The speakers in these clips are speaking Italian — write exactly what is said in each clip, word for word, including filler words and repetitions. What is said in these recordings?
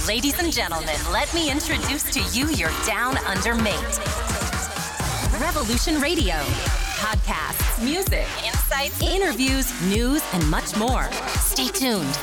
Ladies and gentlemen, let me introduce to you your Down Under mate. Revolution Radio. Podcasts, music, insights, interviews, news, and much more. Stay tuned.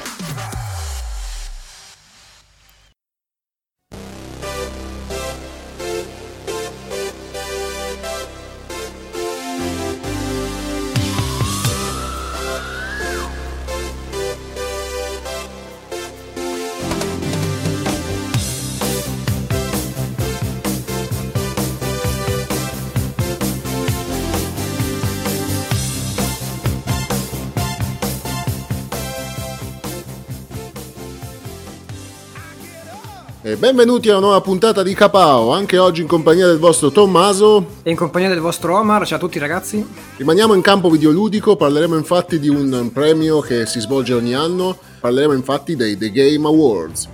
E benvenuti a una nuova puntata di Capao, anche oggi in compagnia del vostro Tommaso e in compagnia del vostro Omar. Ciao a tutti ragazzi. Rimaniamo in campo videoludico, parleremo infatti di un premio che si svolge ogni anno, parleremo infatti dei The Game Awards.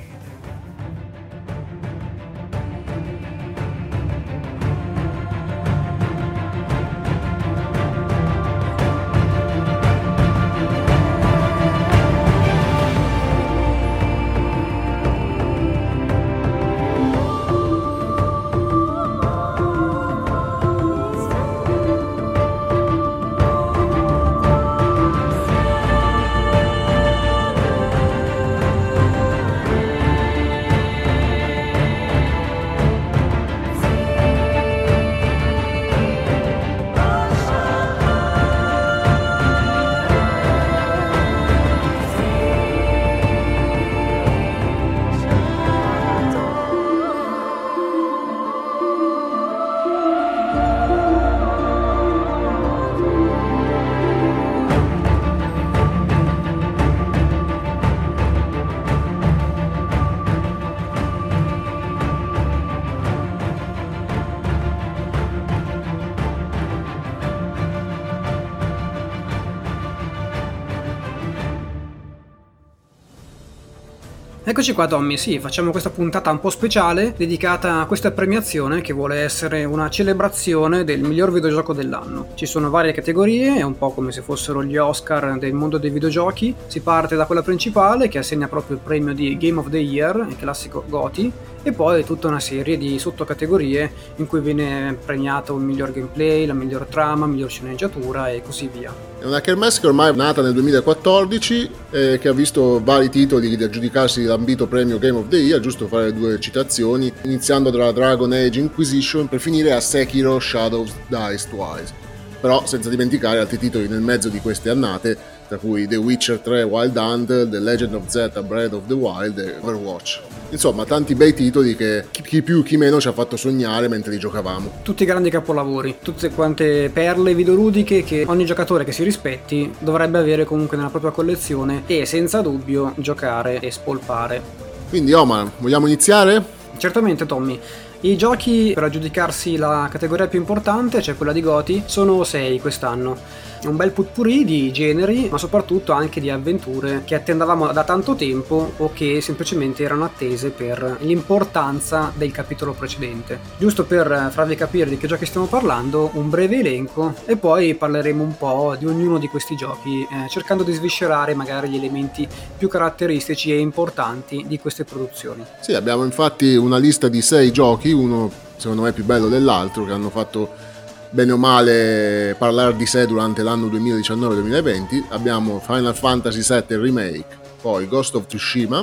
Eccoci qua Tommy, sì, facciamo questa puntata un po' speciale dedicata a questa premiazione che vuole essere una celebrazione del miglior videogioco dell'anno. Ci sono varie categorie, è un po' come se fossero gli Oscar del mondo dei videogiochi. Si parte da quella principale che assegna proprio il premio di Game of the Year, il classico G O T Y, e poi tutta una serie di sottocategorie in cui viene premiato il miglior gameplay, la miglior trama, la miglior sceneggiatura e così via. È una kermesse che ormai è nata nel duemilaquattordici e che ha visto vari titoli di aggiudicarsi l'ambito premio Game of the Year, giusto fare due citazioni, iniziando dalla Dragon Age Inquisition per finire a Sekiro Shadows Die Twice. Però senza dimenticare altri titoli nel mezzo di queste annate, tra cui The Witcher tre Wild Hunt, The Legend of Zelda Breath of the Wild e Overwatch. Insomma, tanti bei titoli che chi più chi meno ci ha fatto sognare mentre li giocavamo. Tutti grandi capolavori, tutte quante perle videoludiche che ogni giocatore che si rispetti dovrebbe avere comunque nella propria collezione e senza dubbio giocare e spolpare. Quindi Omar, vogliamo iniziare? Certamente Tommy. I giochi per aggiudicarsi la categoria più importante, cioè quella di G O T Y, sono sei quest'anno. Un bel potpourri di generi, ma soprattutto anche di avventure che attendavamo da tanto tempo o che semplicemente erano attese per l'importanza del capitolo precedente. Giusto per farvi capire di che giochi stiamo parlando, un breve elenco e poi parleremo un po' di ognuno di questi giochi, eh, cercando di sviscerare magari gli elementi più caratteristici e importanti di queste produzioni. Sì, abbiamo infatti una lista di sei giochi, uno secondo me più bello dell'altro, che hanno fatto bene o male parlare di sé durante l'anno duemiladiciannove duemilaventi. Abbiamo Final Fantasy sette Remake, poi Ghost of Tsushima,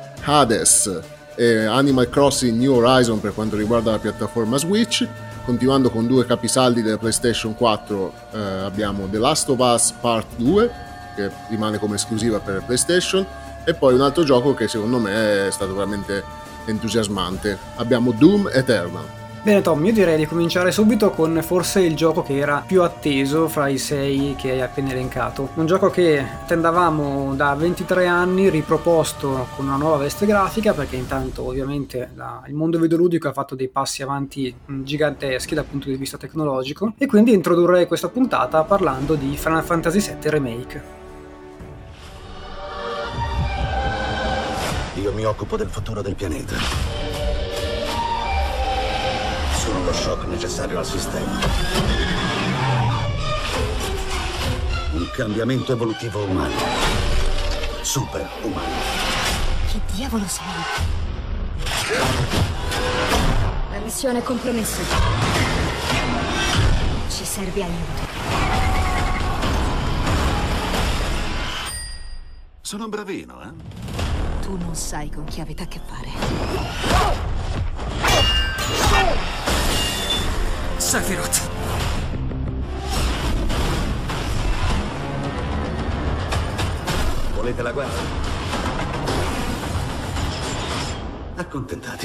Hades e Animal Crossing New Horizon per quanto riguarda la piattaforma Switch. Continuando con due capisaldi della PlayStation quattro, eh, abbiamo The Last of Us Part due, che rimane come esclusiva per PlayStation, e poi un altro gioco che secondo me è stato veramente entusiasmante. Abbiamo Doom Eternal. Bene Tom, io direi di cominciare subito con forse il gioco che era più atteso fra i sei che hai appena elencato. Un gioco che attendavamo da ventitré anni, riproposto con una nuova veste grafica, perché intanto ovviamente la, il mondo videoludico ha fatto dei passi avanti giganteschi dal punto di vista tecnologico, e quindi introdurrei questa puntata parlando di Final Fantasy sette Remake. Io mi occupo del futuro del pianeta. Sono lo shock necessario al sistema. Un cambiamento evolutivo umano. Super umano. Che diavolo sei? La missione è compromessa. Ci serve aiuto. Sono bravino, eh? Tu non sai con chi avete a che fare. Sephiroth. Volete la guerra? Accontentati.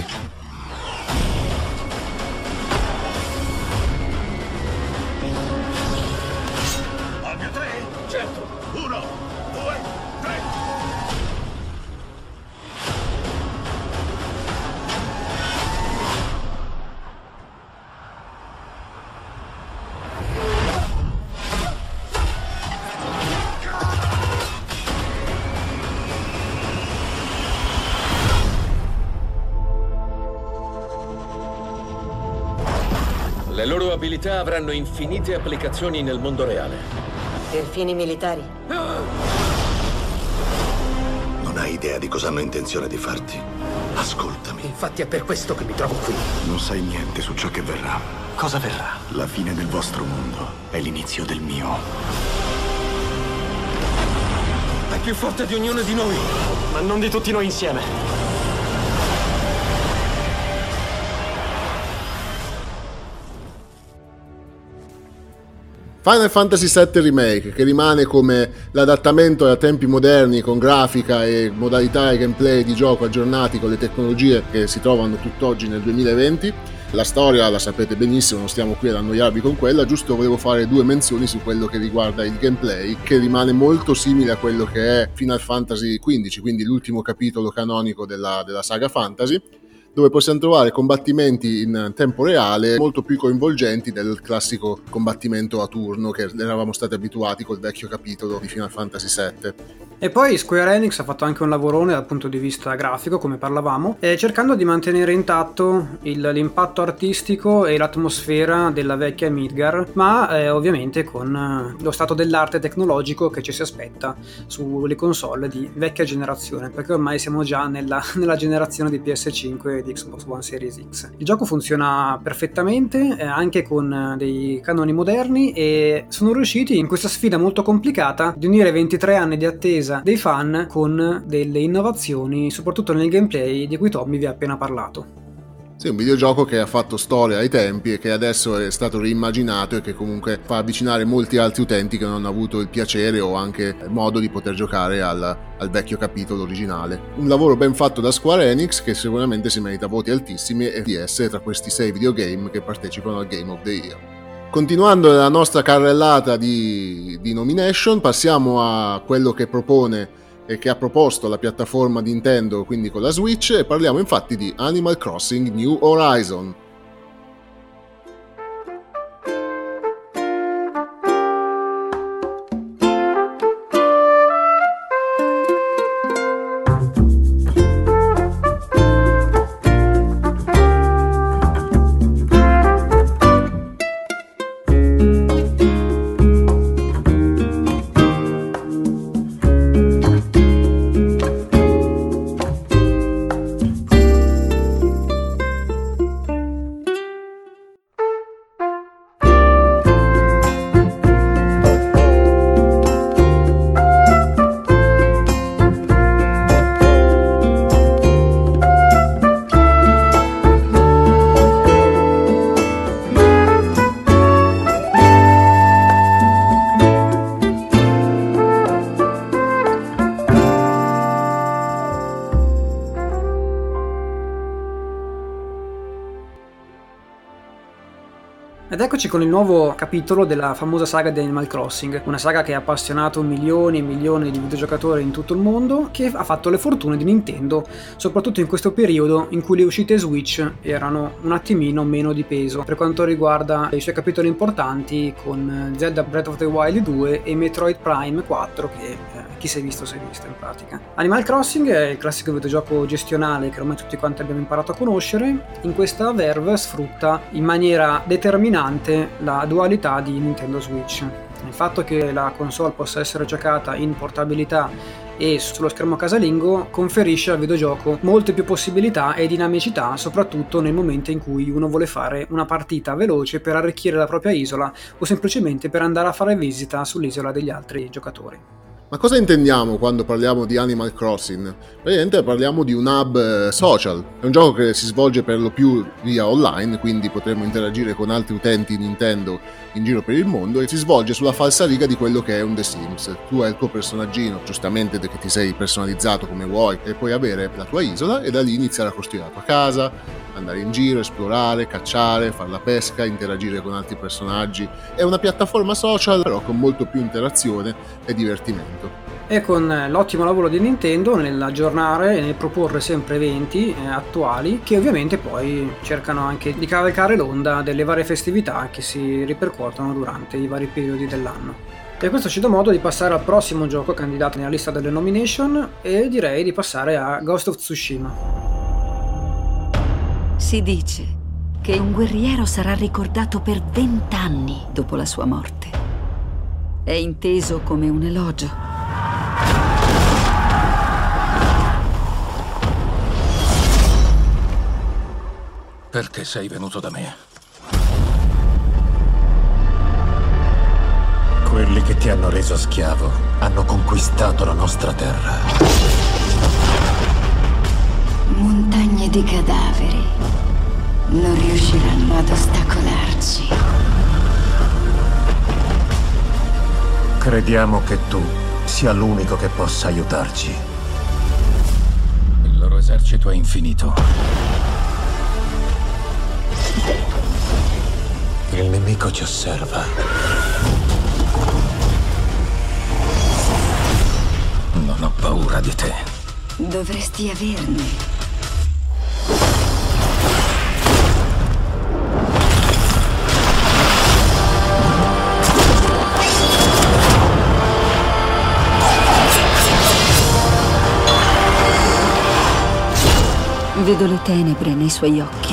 Al mio tre? Certo. Uno, due, tre. Le loro abilità avranno infinite applicazioni nel mondo reale. Per fini militari? Non hai idea di cosa hanno intenzione di farti. Ascoltami. Infatti è per questo che mi trovo qui. Non sai niente su ciò che verrà. Cosa verrà? La fine del vostro mondo è l'inizio del mio. È più forte di ognuno di noi. Ma non di tutti noi insieme. Final Fantasy sette Remake, che rimane come l'adattamento a tempi moderni con grafica e modalità e gameplay di gioco aggiornati con le tecnologie che si trovano tutt'oggi nel duemilaventi. La storia la sapete benissimo, non stiamo qui ad annoiarvi con quella, giusto volevo fare due menzioni su quello che riguarda il gameplay, che rimane molto simile a quello che è Final Fantasy quindici, quindi l'ultimo capitolo canonico della, della saga Fantasy, dove possiamo trovare combattimenti in tempo reale molto più coinvolgenti del classico combattimento a turno che eravamo stati abituati col vecchio capitolo di Final Fantasy sette. E poi Square Enix ha fatto anche un lavorone dal punto di vista grafico, come parlavamo, eh, cercando di mantenere intatto il, l'impatto artistico e l'atmosfera della vecchia Midgar, ma eh, ovviamente con eh, lo stato dell'arte tecnologico che ci si aspetta sulle console di vecchia generazione, perché ormai siamo già nella, nella generazione di P S cinque e di Xbox One Series X. Il gioco funziona perfettamente, eh, anche con eh, dei canoni moderni, e sono riusciti in questa sfida molto complicata di unire ventitré anni di attesa dei fan con delle innovazioni, soprattutto nel gameplay di cui Tommy vi ha appena parlato. Sì, un videogioco che ha fatto storia ai tempi e che adesso è stato reimmaginato e che comunque fa avvicinare molti altri utenti che non hanno avuto il piacere o anche modo di poter giocare al, al vecchio capitolo originale. Un lavoro ben fatto da Square Enix che sicuramente si merita voti altissimi e di essere tra questi sei videogame che partecipano al Game of the Year. Continuando la nostra carrellata di, di nomination, passiamo a quello che propone e che ha proposto la piattaforma Nintendo, quindi con la Switch, e parliamo infatti di Animal Crossing New Horizon. Ed eccoci con il nuovo capitolo della famosa saga di Animal Crossing, una saga che ha appassionato milioni e milioni di videogiocatori in tutto il mondo, che ha fatto le fortune di Nintendo, soprattutto in questo periodo in cui le uscite Switch erano un attimino meno di peso per quanto riguarda i suoi capitoli importanti, con Zelda Breath of the Wild due e Metroid Prime quattro, che eh, chi si è visto si è visto in pratica. Animal Crossing è il classico videogioco gestionale che ormai tutti quanti abbiamo imparato a conoscere. In questa verve sfrutta in maniera determinante la dualità di Nintendo Switch. Il fatto che la console possa essere giocata in portabilità e sullo schermo casalingo conferisce al videogioco molte più possibilità e dinamicità, soprattutto nel momento in cui uno vuole fare una partita veloce per arricchire la propria isola o semplicemente per andare a fare visita sull'isola degli altri giocatori. Ma cosa intendiamo quando parliamo di Animal Crossing? Praticamente parliamo di un hub social. È un gioco che si svolge per lo più via online, quindi potremo interagire con altri utenti Nintendo in giro per il mondo, e si svolge sulla falsariga di quello che è un The Sims. Tu hai il tuo personaggino, giustamente, che ti sei personalizzato come vuoi, e puoi avere la tua isola e da lì iniziare a costruire la tua casa, andare in giro, esplorare, cacciare, fare la pesca, interagire con altri personaggi. È una piattaforma social, però con molto più interazione e divertimento. E con l'ottimo lavoro di Nintendo nell'aggiornare e nel proporre sempre eventi eh, attuali, che ovviamente poi cercano anche di cavalcare l'onda delle varie festività che si ripercuotono durante i vari periodi dell'anno. E questo ci dà modo di passare al prossimo gioco candidato nella lista delle nomination, e direi di passare a Ghost of Tsushima. Si dice che un guerriero sarà ricordato per vent'anni dopo la sua morte. È inteso come un elogio. Perché sei venuto da me? Quelli che ti hanno reso schiavo hanno conquistato la nostra terra. Montagne di cadaveri non riusciranno ad ostacolarci. Crediamo che tu sia l'unico che possa aiutarci. Il loro esercito è infinito. Il nemico ci osserva. Non ho paura di te. Dovresti averne. Vedo le tenebre nei suoi occhi.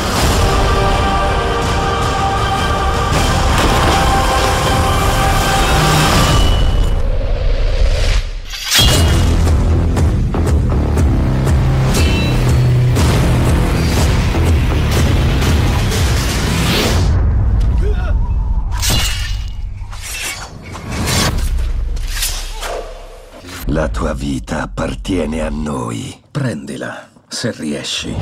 La tua vita appartiene a noi. Prendila, se riesci.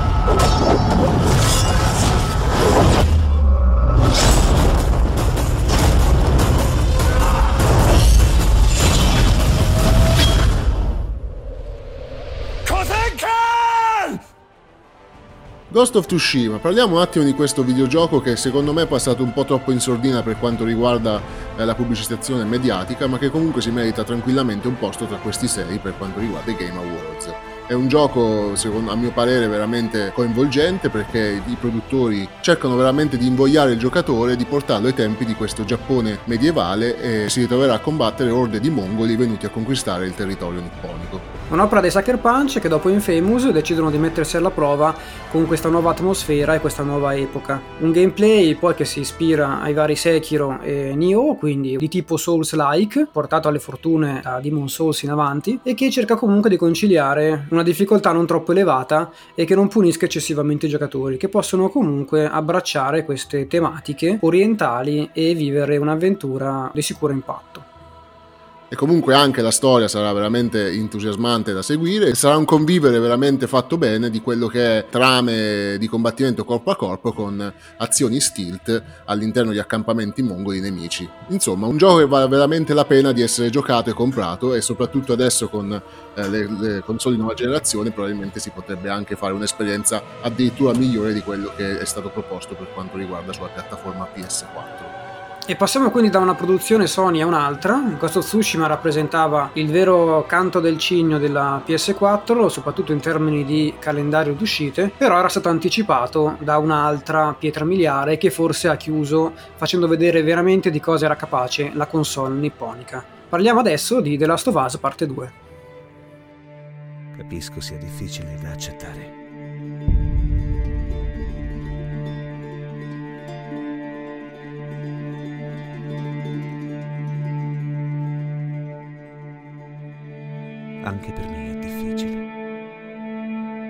Ghost of Tsushima, parliamo un attimo di questo videogioco che secondo me è passato un po' troppo in sordina per quanto riguarda eh, la pubblicizzazione mediatica, ma che comunque si merita tranquillamente un posto tra questi sei per quanto riguarda i Game Awards. È un gioco, secondo, a mio parere, veramente coinvolgente, perché i produttori cercano veramente di invogliare il giocatore, di portarlo ai tempi di questo Giappone medievale, e si ritroverà a combattere orde di mongoli venuti a conquistare il territorio nipponico. Un'opera dei Sucker Punch che dopo Infamous decidono di mettersi alla prova con questa nuova atmosfera e questa nuova epoca. Un gameplay poi che si ispira ai vari Sekiro e Nioh, quindi di tipo Souls-like, portato alle fortune da Demon Souls in avanti, e che cerca comunque di conciliare una difficoltà non troppo elevata e che non punisca eccessivamente i giocatori, che possono comunque abbracciare queste tematiche orientali e vivere un'avventura di sicuro impatto. E comunque anche la storia sarà veramente entusiasmante da seguire, e sarà un convivere veramente fatto bene di quello che è trame di combattimento corpo a corpo con azioni stealth all'interno di accampamenti mongoli nemici. Insomma, un gioco che vale veramente la pena di essere giocato e comprato, e soprattutto adesso con eh, le, le console di nuova generazione probabilmente si potrebbe anche fare un'esperienza addirittura migliore di quello che è stato proposto per quanto riguarda sulla piattaforma P S quattro. E passiamo quindi da una produzione Sony a un'altra. Ghost of Tsushima rappresentava il vero canto del cigno della P S quattro, soprattutto in termini di calendario d'uscite, però era stato anticipato da un'altra pietra miliare che forse ha chiuso, facendo vedere veramente di cosa era capace la console nipponica. Parliamo adesso di The Last of Us parte due. Capisco sia difficile da accettare.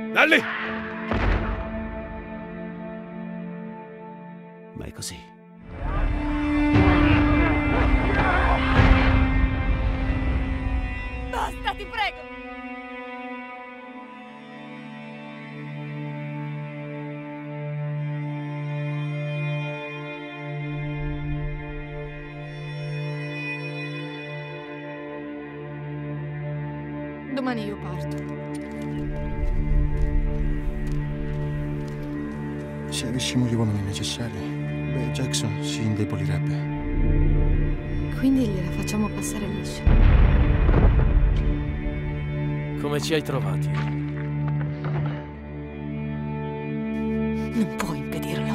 Da lì! Ma è così. Basta, ti prego! Domani io parto. Se avessimo gli uomini necessari, beh, Jackson si indebolirebbe. Quindi gliela facciamo passare liscia. Come ci hai trovati? Non puoi impedirlo.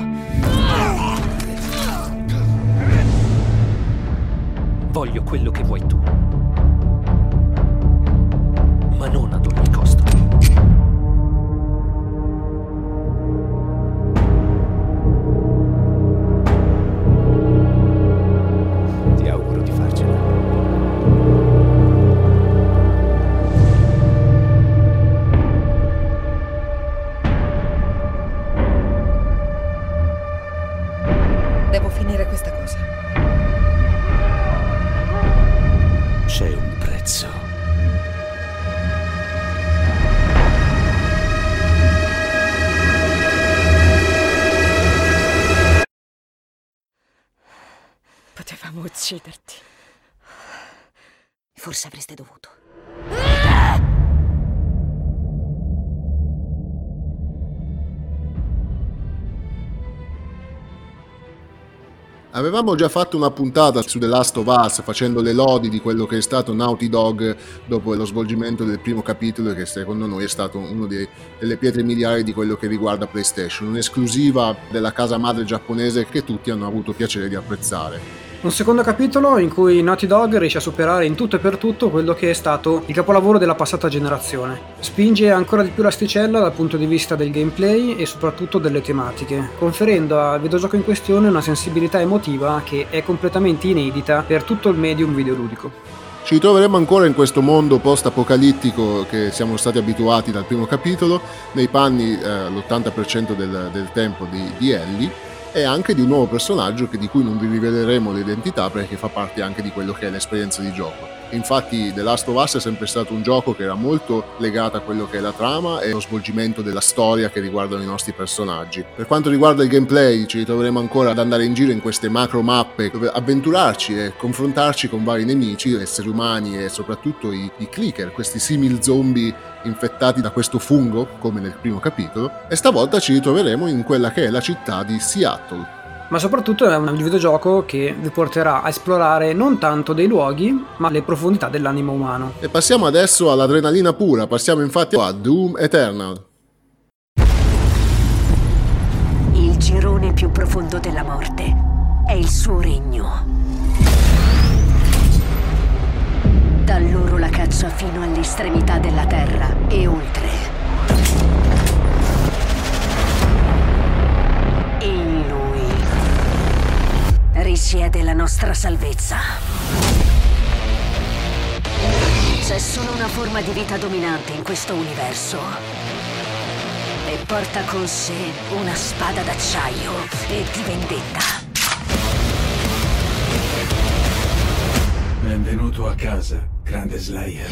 Voglio quello che vuoi tu. Ma non ad ogni costo. Ti auguro di farcela. Devo finire questa cosa. C'è un prezzo. Potevamo ucciderti. Forse avreste dovuto. Avevamo già fatto una puntata su The Last of Us facendo le lodi di quello che è stato Naughty Dog dopo lo svolgimento del primo capitolo, che secondo noi è stato uno dei, delle pietre miliari di quello che riguarda PlayStation, un'esclusiva della casa madre giapponese che tutti hanno avuto piacere di apprezzare. Un secondo capitolo in cui Naughty Dog riesce a superare in tutto e per tutto quello che è stato il capolavoro della passata generazione. Spinge ancora di più l'asticella dal punto di vista del gameplay e soprattutto delle tematiche, conferendo al videogioco in questione una sensibilità emotiva che è completamente inedita per tutto il medium videoludico. Ci troveremo ancora in questo mondo post-apocalittico che siamo stati abituati dal primo capitolo, nei panni eh, l'ottanta per cento del, del tempo di, di Ellie, e anche di un nuovo personaggio che, di cui non vi riveleremo l'identità perché fa parte anche di quello che è l'esperienza di gioco. Infatti The Last of Us è sempre stato un gioco che era molto legato a quello che è la trama e lo svolgimento della storia che riguardano i nostri personaggi. Per quanto riguarda il gameplay, ci ritroveremo ancora ad andare in giro in queste macro mappe dove avventurarci e confrontarci con vari nemici, esseri umani e soprattutto i, i clicker, questi simil zombie infettati da questo fungo come nel primo capitolo, e stavolta ci ritroveremo in quella che è la città di Seattle. Ma soprattutto è un videogioco che vi porterà a esplorare non tanto dei luoghi, ma le profondità dell'animo umano. E passiamo adesso all'adrenalina pura, passiamo infatti a Doom Eternal. Il girone più profondo della morte è il suo regno. Da loro la caccia fino all'estremità della terra e oltre. In lui risiede la nostra salvezza. C'è solo una forma di vita dominante in questo universo e porta con sé una spada d'acciaio e di vendetta. Benvenuto a casa, grande Slayer.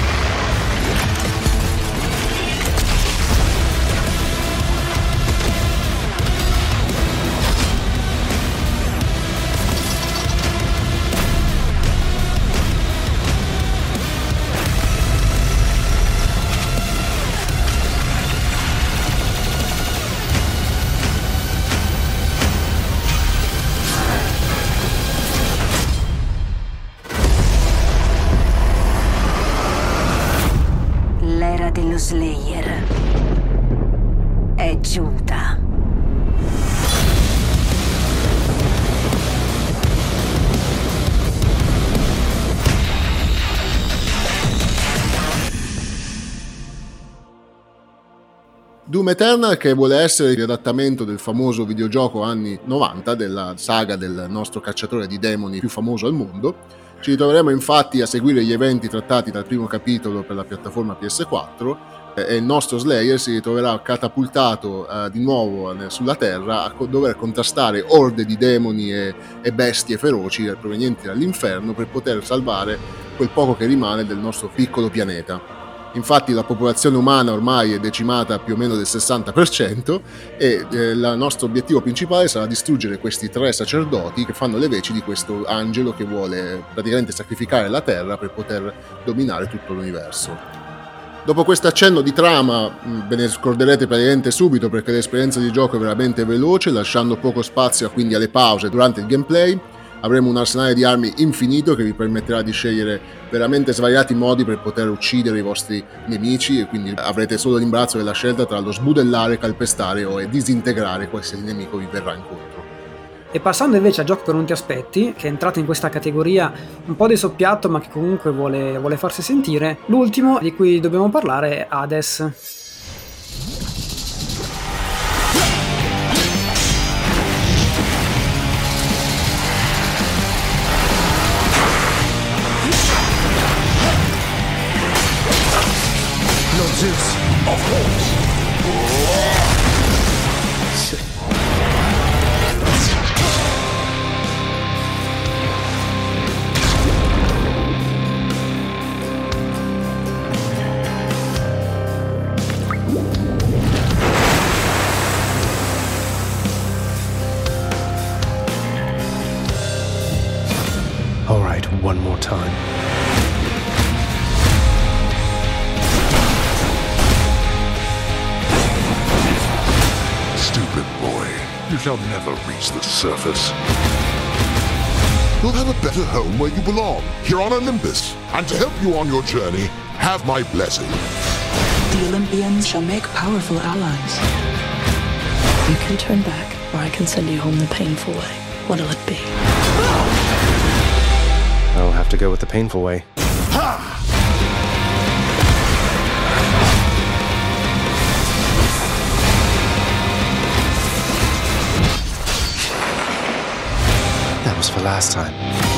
L'era dello Slayer è giunta. Doom Eternal, che vuole essere il riadattamento del famoso videogioco anni novanta, della saga del nostro cacciatore di demoni più famoso al mondo. Ci ritroveremo infatti a seguire gli eventi trattati dal primo capitolo per la piattaforma P S quattro, e il nostro Slayer si ritroverà catapultato uh, di nuovo sulla Terra a co- dover contrastare orde di demoni e, e bestie feroci provenienti dall'inferno per poter salvare quel poco che rimane del nostro piccolo pianeta. Infatti la popolazione umana ormai è decimata più o meno del sessanta per cento e eh, il nostro obiettivo principale sarà distruggere questi tre sacerdoti che fanno le veci di questo angelo che vuole praticamente sacrificare la Terra per poter dominare tutto l'universo. Dopo questo accenno di trama ve ne scorderete praticamente subito, perché l'esperienza di gioco è veramente veloce, lasciando poco spazio quindi alle pause durante il gameplay. Avremo un arsenale di armi infinito che vi permetterà di scegliere veramente svariati modi per poter uccidere i vostri nemici, e quindi avrete solo l'imbarazzo della scelta tra lo sbudellare, calpestare o disintegrare qualsiasi nemico vi verrà incontro. E passando invece a gioco che non ti aspetti, che è entrato in questa categoria un po' di soppiatto ma che comunque vuole, vuole farsi sentire, l'ultimo di cui dobbiamo parlare è Hades. Zeus, of course. All right, one more time. Stupid boy, you shall never reach the surface. You'll have a better home where you belong, here on Olympus. And to help you on your journey, have my blessing. The Olympians shall make powerful allies. You can turn back, or I can send you home the painful way. What'll it be? I'll have to go with the painful way. Ha! That was for last time.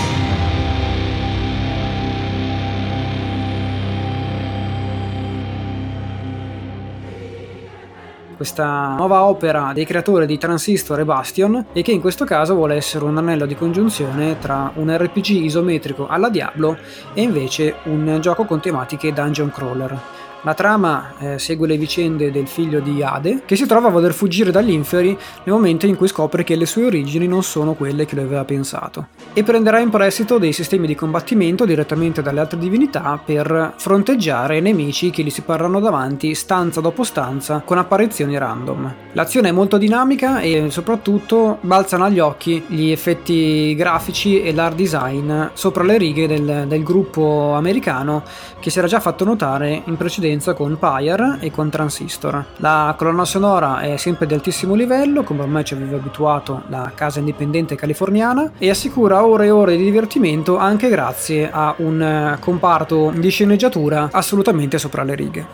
Questa nuova opera dei creatori di Transistor e Bastion, e che in questo caso vuole essere un anello di congiunzione tra un R P G isometrico alla Diablo e invece un gioco con tematiche dungeon crawler. La trama eh, segue le vicende del figlio di Ade, che si trova a voler fuggire dagli inferi nel momento in cui scopre che le sue origini non sono quelle che lui aveva pensato, e prenderà in prestito dei sistemi di combattimento direttamente dalle altre divinità per fronteggiare nemici che gli si parranno davanti stanza dopo stanza con apparizioni random. L'azione è molto dinamica e soprattutto balzano agli occhi gli effetti grafici e l'art design sopra le righe del, del gruppo americano che si era già fatto notare in precedenza con Pyre e con Transistor. La colonna sonora è sempre di altissimo livello, come ormai ci aveva abituato la casa indipendente californiana, e assicura ore e ore di divertimento anche grazie a un comparto di sceneggiatura assolutamente sopra le righe.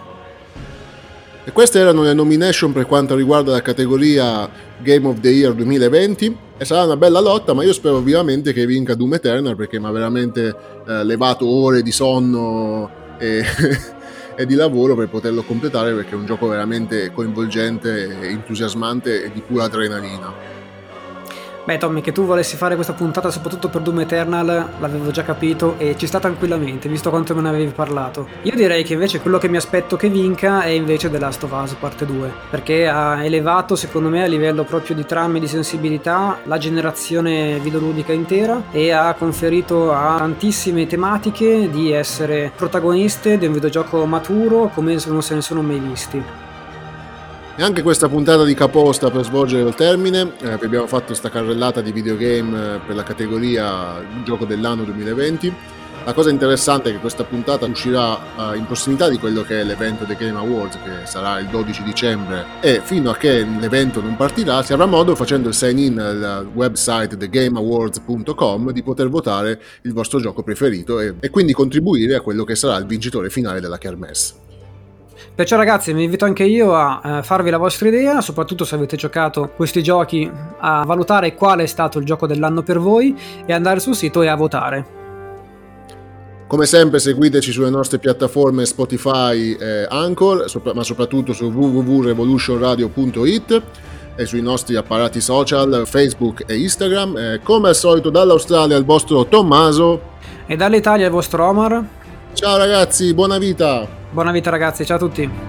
E queste erano le nomination per quanto riguarda la categoria Game of the Year duemilaventi, e sarà una bella lotta, ma io spero vivamente che vinca Doom Eternal, perché mi ha veramente eh, levato ore di sonno e e di lavoro per poterlo completare, perché è un gioco veramente coinvolgente, entusiasmante e di pura adrenalina. Beh Tommy, che tu volessi fare questa puntata soprattutto per Doom Eternal l'avevo già capito e ci sta tranquillamente, visto quanto me ne avevi parlato. Io direi che invece quello che mi aspetto che vinca è invece The Last of Us parte due, perché ha elevato secondo me a livello proprio di trame e di sensibilità la generazione videoludica intera, e ha conferito a tantissime tematiche di essere protagoniste di un videogioco maturo come non se ne sono mai visti. E anche questa puntata di Capo sta per svolgere il termine. Eh, abbiamo fatto sta carrellata di videogame per la categoria gioco dell'anno duemilaventi. La cosa interessante è che questa puntata uscirà uh, in prossimità di quello che è l'evento The Game Awards, che sarà il dodici dicembre, e fino a che l'evento non partirà si avrà modo, facendo il sign in al website the game awards punto com, di poter votare il vostro gioco preferito e, e quindi contribuire a quello che sarà il vincitore finale della Kermesse. Perciò ragazzi, vi invito anche io a eh, farvi la vostra idea, soprattutto se avete giocato questi giochi, a valutare quale è stato il gioco dell'anno per voi e andare sul sito e a votare. Come sempre seguiteci sulle nostre piattaforme Spotify e Anchor, sopra- ma soprattutto su w w w punto revolution radio punto i t e sui nostri apparati social Facebook e Instagram. E come al solito dall'Australia il vostro Tommaso. E dall'Italia il vostro Omar. Ciao ragazzi, buona vita! Buona vita ragazzi, ciao a tutti!